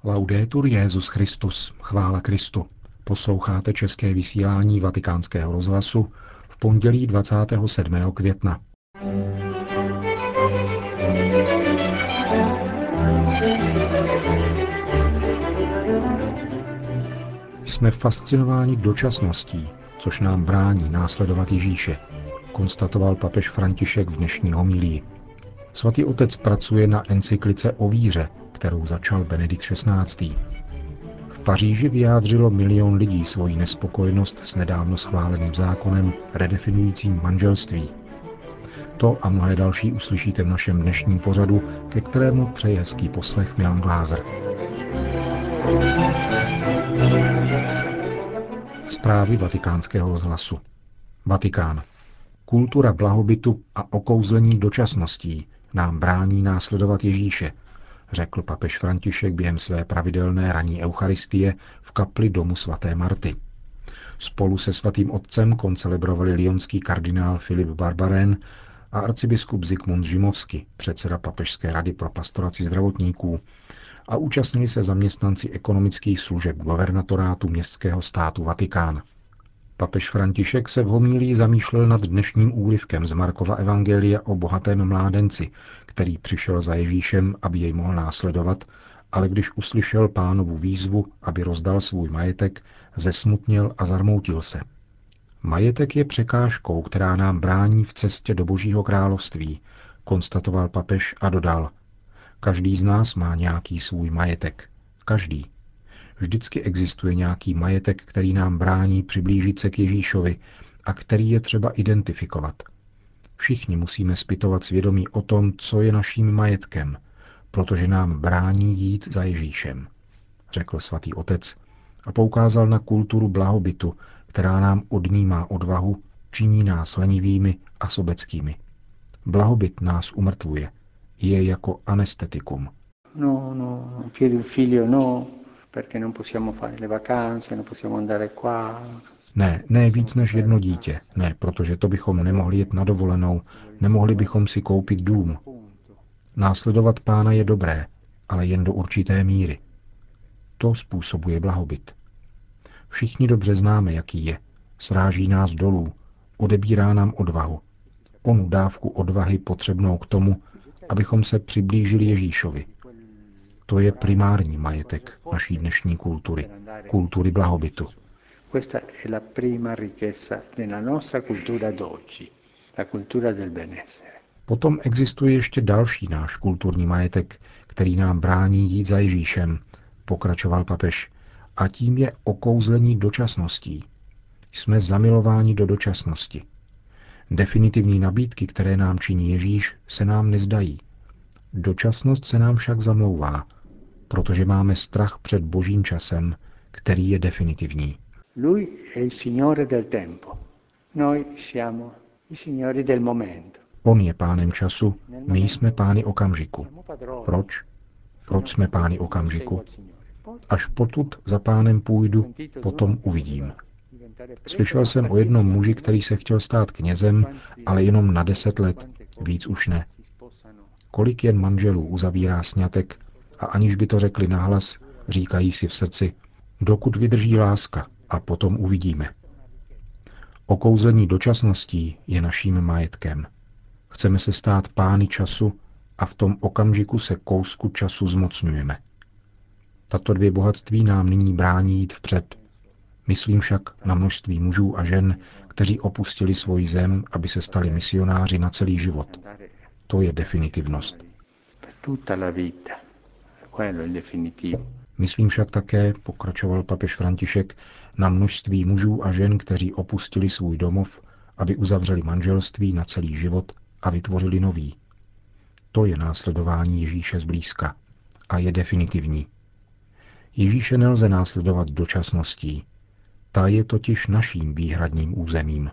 Laudetur Jesus Christus, chvála Kristu. Posloucháte české vysílání Vatikánského rozhlasu v pondělí 27. května. Jsme fascinováni dočasností, což nám brání následovat Ježíše, konstatoval papež František v dnešní homilii. Svatý otec pracuje na encyklice o víře, kterou začal Benedikt XVI. V Paříži vyjádřilo 1 000 000 lidí svoji nespokojenost s nedávno schváleným zákonem redefinujícím manželství. To a mnohé další uslyšíte v našem dnešním pořadu, ke kterému přeje hezký poslech Milan Glázer. Zprávy Vatikánského rozhlasu. Vatikán. Kultura blahobytu a okouzlení dočasností nám brání následovat Ježíše, řekl papež František během své pravidelné ranní eucharistie v kapli domu svaté Marty. Spolu se svatým otcem koncelebrovali lyonský kardinál Filip Barbarén a arcibiskup Zikmund Žimovsky, předseda Papežské rady pro pastoraci zdravotníků, a účastnili se zaměstnanci ekonomických služeb guvernatorátu městského státu Vatikán. Papež František se v homilii zamýšlel nad dnešním úryvkem z Markova evangelia o bohatém mládenci, který přišel za Ježíšem, aby jej mohl následovat, ale když uslyšel Pánovu výzvu, aby rozdal svůj majetek, zesmutněl a zarmoutil se. Majetek je překážkou, která nám brání v cestě do Božího království, konstatoval papež a dodal. Každý z nás má nějaký svůj majetek. Každý. Vždycky existuje nějaký majetek, který nám brání přiblížit se k Ježíšovi a který je třeba identifikovat. Všichni musíme zpytovat svědomí o tom, co je naším majetkem, protože nám brání jít za Ježíšem, řekl svatý otec a poukázal na kulturu blahobytu, která nám odnímá odvahu, činí nás lenivými a sobeckými. Blahobyt nás umrtvuje, je jako anestetikum. Ne víc než jedno dítě. Ne, protože to bychom nemohli jet na dovolenou, nemohli bychom si koupit dům. Následovat Pána je dobré, ale jen do určité míry. To způsobuje blahobyt. Všichni dobře známe, jaký je. Sráží nás dolů, odebírá nám odvahu. Onu dávku odvahy potřebnou k tomu, abychom se přiblížili Ježíšovi. To je primární majetek naší dnešní kultury, kultury blahobytu. Questa è la prima ricchezza della nostra cultura d'oggi, la cultura del benessere. Potom existuje ještě další náš kulturní majetek, který nám brání jít za Ježíšem, pokračoval papež, a tím je okouzlení dočasností. Jsme zamilováni do dočasnosti. Definitivní nabídky, které nám činí Ježíš, se nám nezdají. Dočasnost se nám však zamlouvá, protože máme strach před Božím časem, který je definitivní. Lui è il Signore del tempo. Noi siamo i signori del momento. On je pánem času, my jsme pány okamžiku. Proč? Proč jsme pány okamžiku? Až potud za Pánem půjdu, potom uvidím. Slyšel jsem o jednom muži, který se chtěl stát knězem, ale jenom na 10 let, víc už ne. Kolik jen manželů uzavírá sňatek a aniž by to řekli nahlas, říkají si v srdci, dokud vydrží láska a potom uvidíme. Okouzlení dočasností je naším majetkem. Chceme se stát pány času a v tom okamžiku se kousku času zmocňujeme. Tato 2 bohatství nám nyní brání jít vpřed. Myslím však na množství mužů a žen, kteří opustili svoji zem, aby se stali misionáři na celý život. To je definitivnost. Myslím však také, pokračoval papež František, na množství mužů a žen, kteří opustili svůj domov, aby uzavřeli manželství na celý život a vytvořili nový. To je následování Ježíše zblízka a je definitivní. Ježíše nelze následovat dočasností. Ta je totiž naším výhradním územím.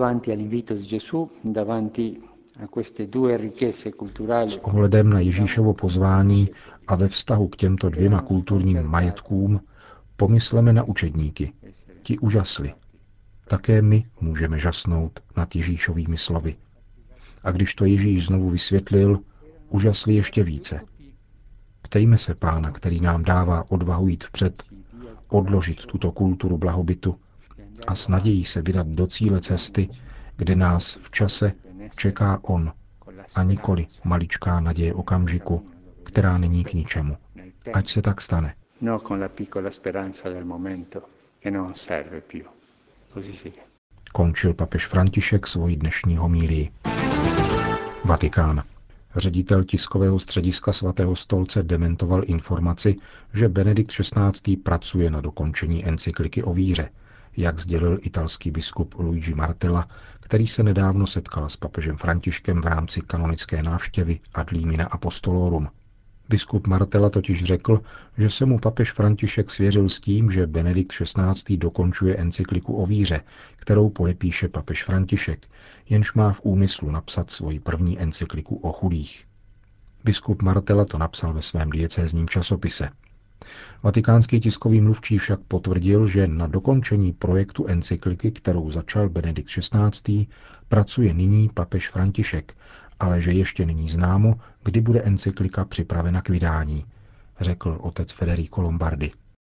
S ohledem na Ježíšovo pozvání a ve vztahu k těmto 2 kulturním majetkům pomysleme na učedníky. Ti užasli. Také my můžeme žasnout nad Ježíšovými slovy. A když to Ježíš znovu vysvětlil, užasli ještě více. Ptejme se Pána, který nám dává odvahu jít vpřed, odložit tuto kulturu blahobytu a s nadějí se vydat do cíle cesty, kde nás v čase čeká On a nikoli maličká naděje okamžiku, která není k ničemu. Ať se tak stane. No con la piccola speranza del momento che non serve più. Così sia. Končil papež František svoji dnešní homílii. Vatikán. Ředitel tiskového střediska Svatého stolce dementoval informaci, že Benedikt XVI. Pracuje na dokončení encykliky o víře, jak sdělil italský biskup Luigi Martella, který se nedávno setkal s papežem Františkem v rámci kanonické návštěvy Ad limina apostolorum. Biskup Martella totiž řekl, že se mu papež František svěřil s tím, že Benedikt XVI. Dokončuje encykliku o víře, kterou podepíše papež František, jenž má v úmyslu napsat svoji první encykliku o chudých. Biskup Martella to napsal ve svém diecézním časopise. Vatikánský tiskový mluvčí však potvrdil, že na dokončení projektu encykliky, kterou začal Benedikt XVI., pracuje nyní papež František, ale že ještě není známo, kdy bude encyklika připravena k vydání, řekl otec Federico Lombardi.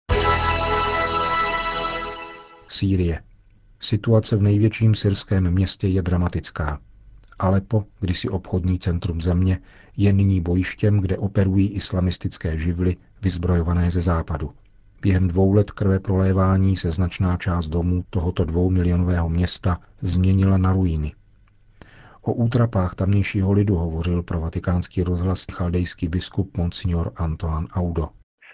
Sýrie. Situace v největším syrském městě je dramatická. Aleppo, kdysi obchodní centrum země, je nyní bojištěm, kde operují islamistické živly vyzbrojované ze západu. Během 2 let krveprolévání se značná část domů tohoto 2milionového města změnila na ruiny. O útrapách tamnějšího lidu hovořil pro vatikánský rozhlas chaldejský biskup Monsignor Antoine Audo.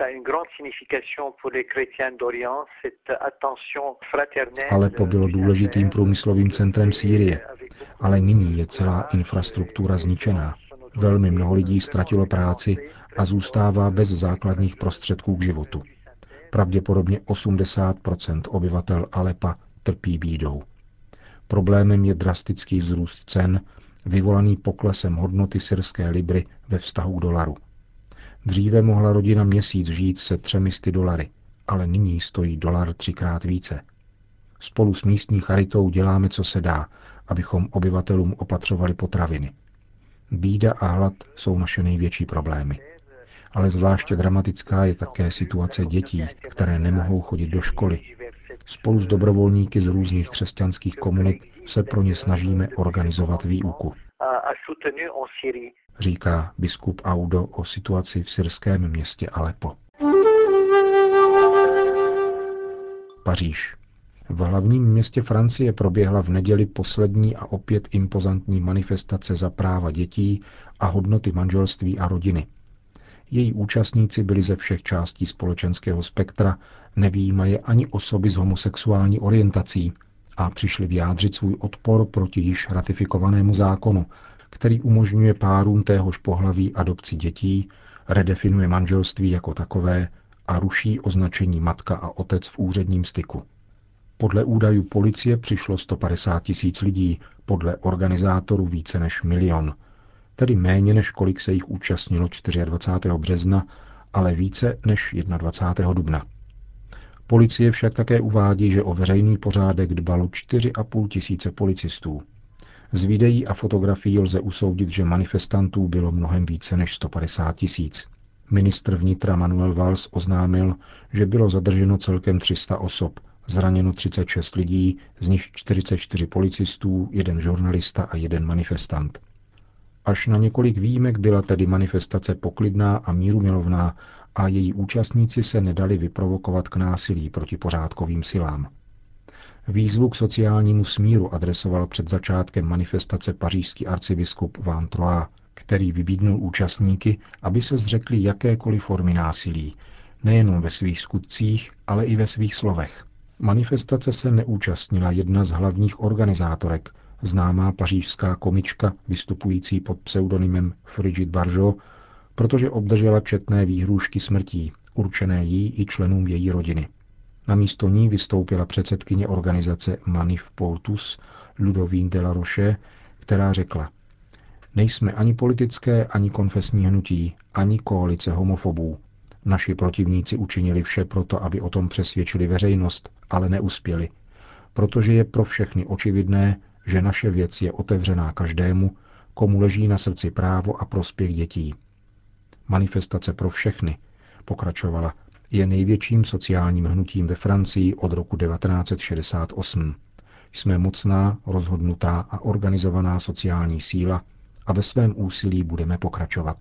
Aleppo bylo důležitým průmyslovým centrem Sýrie, ale nyní je celá infrastruktura zničená. Velmi mnoho lidí ztratilo práci a zůstává bez základních prostředků k životu. Pravděpodobně 80% obyvatel Aleppa trpí bídou. Problémem je drastický vzrůst cen, vyvolaný poklesem hodnoty syrské libry ve vztahu k dolaru. Dříve mohla rodina měsíc žít se $300, ale nyní stojí dolar 3krát více. Spolu s místní charitou děláme, co se dá, abychom obyvatelům opatřovali potraviny. Bída a hlad jsou naše největší problémy. Ale zvláště dramatická je také situace dětí, které nemohou chodit do školy. Spolu s dobrovolníky z různých křesťanských komunit se pro ně snažíme organizovat výuku, říká biskup Audo o situaci v syrském městě Aleppo. Paříž. V hlavním městě Francie proběhla v neděli poslední a opět impozantní manifestace za práva dětí a hodnoty manželství a rodiny. Její účastníci byli ze všech částí společenského spektra, nevyjímaje ani osoby s homosexuální orientací, a přišli vyjádřit svůj odpor proti již ratifikovanému zákonu, který umožňuje párům téhož pohlaví adopci dětí, redefinuje manželství jako takové a ruší označení matka a otec v úředním styku. Podle údajů policie přišlo 150 000 lidí, podle organizátorů více než 1 000 000, tedy méně než kolik se jich účastnilo 24. března, ale více než 21. dubna. Policie však také uvádí, že o veřejný pořádek dbalo 4 500 policistů. Z videí a fotografií lze usoudit, že manifestantů bylo mnohem více než 150 000. Ministr vnitra Manuel Valls oznámil, že bylo zadrženo celkem 300 osob, zraněno 36 lidí, z nich 44 policistů, 1 žurnalista a 1 manifestant. Až na několik výjimek byla tedy manifestace poklidná a mírumilovná a její účastníci se nedali vyprovokovat k násilí proti pořádkovým silám. Výzvu k sociálnímu smíru adresoval před začátkem manifestace pařížský arcibiskup Van Troyes, který vybídnul účastníky, aby se zřekli jakékoliv formy násilí, nejenom ve svých skutcích, ale i ve svých slovech. Manifestace se neúčastnila jedna z hlavních organizátorek, známá pařížská komička vystupující pod pseudonymem Brigitte Bardot, protože obdržela četné výhrůžky smrtí, určené jí i členům její rodiny. Namísto ní vystoupila předsedkyně organizace Manif pour tous, Ludovine de la Roche, která řekla: Nejsme ani politické, ani konfesní hnutí, ani koalice homofobů. Naši protivníci učinili vše proto, aby o tom přesvědčili veřejnost, ale neuspěli, protože je pro všechny očividné, že naše věc je otevřená každému, komu leží na srdci právo a prospěch dětí. Manifestace pro všechny, pokračovala, je největším sociálním hnutím ve Francii od roku 1968. Jsme mocná, rozhodnutá a organizovaná sociální síla a ve svém úsilí budeme pokračovat.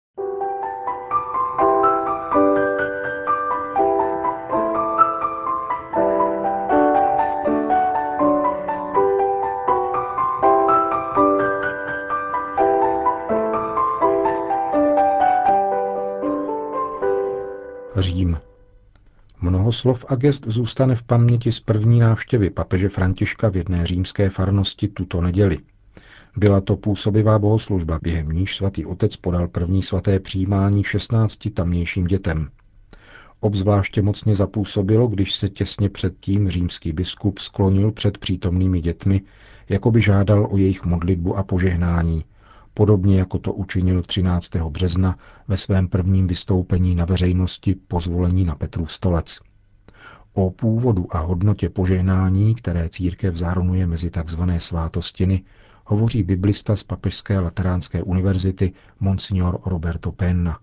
Řím. Mnoho slov a gest zůstane v paměti z první návštěvy papeže Františka v jedné římské farnosti tuto neděli. Byla to působivá bohoslužba, během níž svatý otec podal první svaté přijímání 16 tamnějším dětem. Obzvláště mocně zapůsobilo, když se těsně předtím římský biskup sklonil před přítomnými dětmi, jako by žádal o jejich modlitbu a požehnání, podobně jako to učinil 13. března ve svém prvním vystoupení na veřejnosti po zvolení na Petrův stolec. O původu a hodnotě požehnání, které církev zahrnuje mezi tzv. Svátostiny, hovoří biblista z Papežské lateránské univerzity Monsignor Roberto Penna.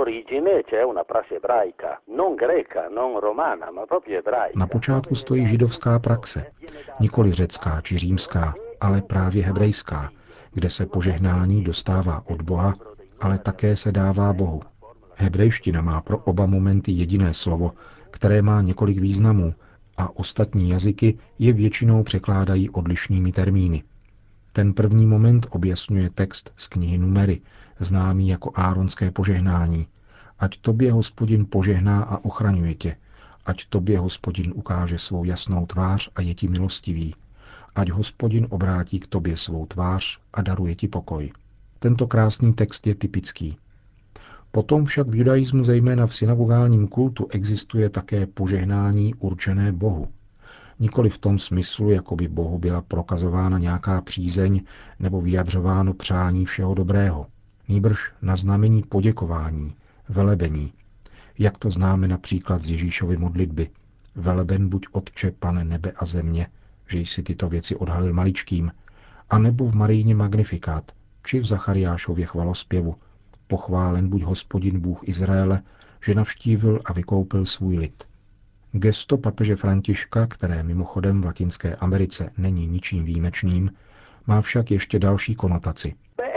Na počátku stojí židovská praxe, nikoli řecká či římská, ale právě hebrejská, kde se požehnání dostává od Boha, ale také se dává Bohu. Hebrejština má pro oba momenty jediné slovo, které má několik významů, a ostatní jazyky je většinou překládají odlišnými termíny. Ten první moment objasňuje text z knihy Numery, známý jako Áronské požehnání. Ať tobě Hospodin požehná a ochraňuje tě. Ať tobě Hospodin ukáže svou jasnou tvář a je ti milostivý. Ať Hospodin obrátí k tobě svou tvář a daruje ti pokoj. Tento krásný text je typický. Potom však v judaismu, zejména v synagogálním kultu, existuje také požehnání určené Bohu. Nikoli v tom smyslu, jako by Bohu byla prokazována nějaká přízeň nebo vyjadřováno přání všeho dobrého. Nýbrž na znamení poděkování, velebení, jak to známe například z Ježíšovy modlitby. Veleben buď Otče, Pane nebe a země, že jsi tyto věci odhalil maličkým, a nebo v Marijně Magnifikát, či v Zachariášově chvalospěvu. Pochválen buď Hospodin Bůh Izraele, že navštívil a vykoupil svůj lid. Gesto papeže Františka, které mimochodem v Latinské Americe není ničím výjimečným, má však ještě další konotaci.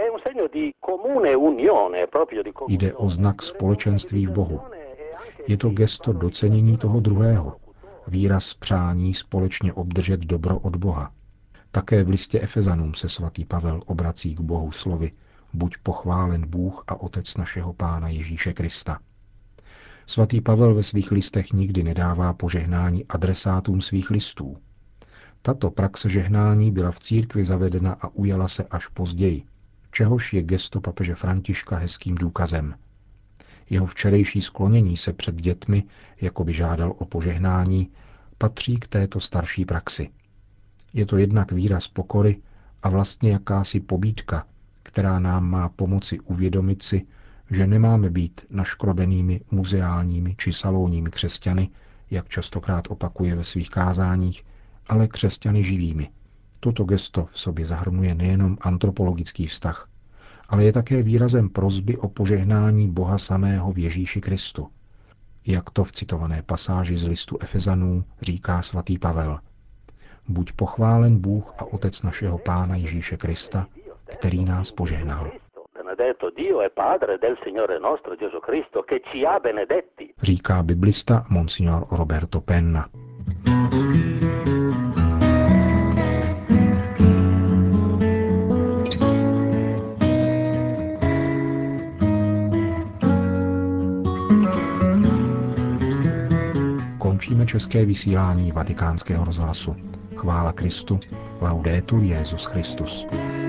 Jde o znak společenství v Bohu. Je to gesto docenění toho druhého, výraz přání společně obdržet dobro od Boha. Také v listě Efezanům se svatý Pavel obrací k Bohu slovy: buď pochválen Bůh a Otec našeho Pána Ježíše Krista. Svatý Pavel ve svých listech nikdy nedává požehnání adresátům svých listů. Tato praxe žehnání byla v církvi zavedena a ujala se až později, čehož je gesto papeže Františka hezkým důkazem. Jeho včerejší sklonění se před dětmi, jako by žádal o požehnání, patří k této starší praxi. Je to jednak výraz pokory a vlastně jakási pobídka, která nám má pomoci uvědomit si, že nemáme být naškrobenými muzeálními či salonními křesťany, jak častokrát opakuje ve svých kázáních, ale křesťany živými. Toto gesto v sobě zahrnuje nejenom antropologický vztah, ale je také výrazem prosby o požehnání Boha samého v Ježíši Kristu. Jak to v citované pasáži z listu Efezanů říká svatý Pavel: buď pochválen Bůh a Otec našeho Pána Ježíše Krista, který nás požehnal. Říká biblista Monsignor Roberto Penna. Končíme české vysílání Vatikánského rozhlasu. Chvála Kristu, laudetur Jesus Christus.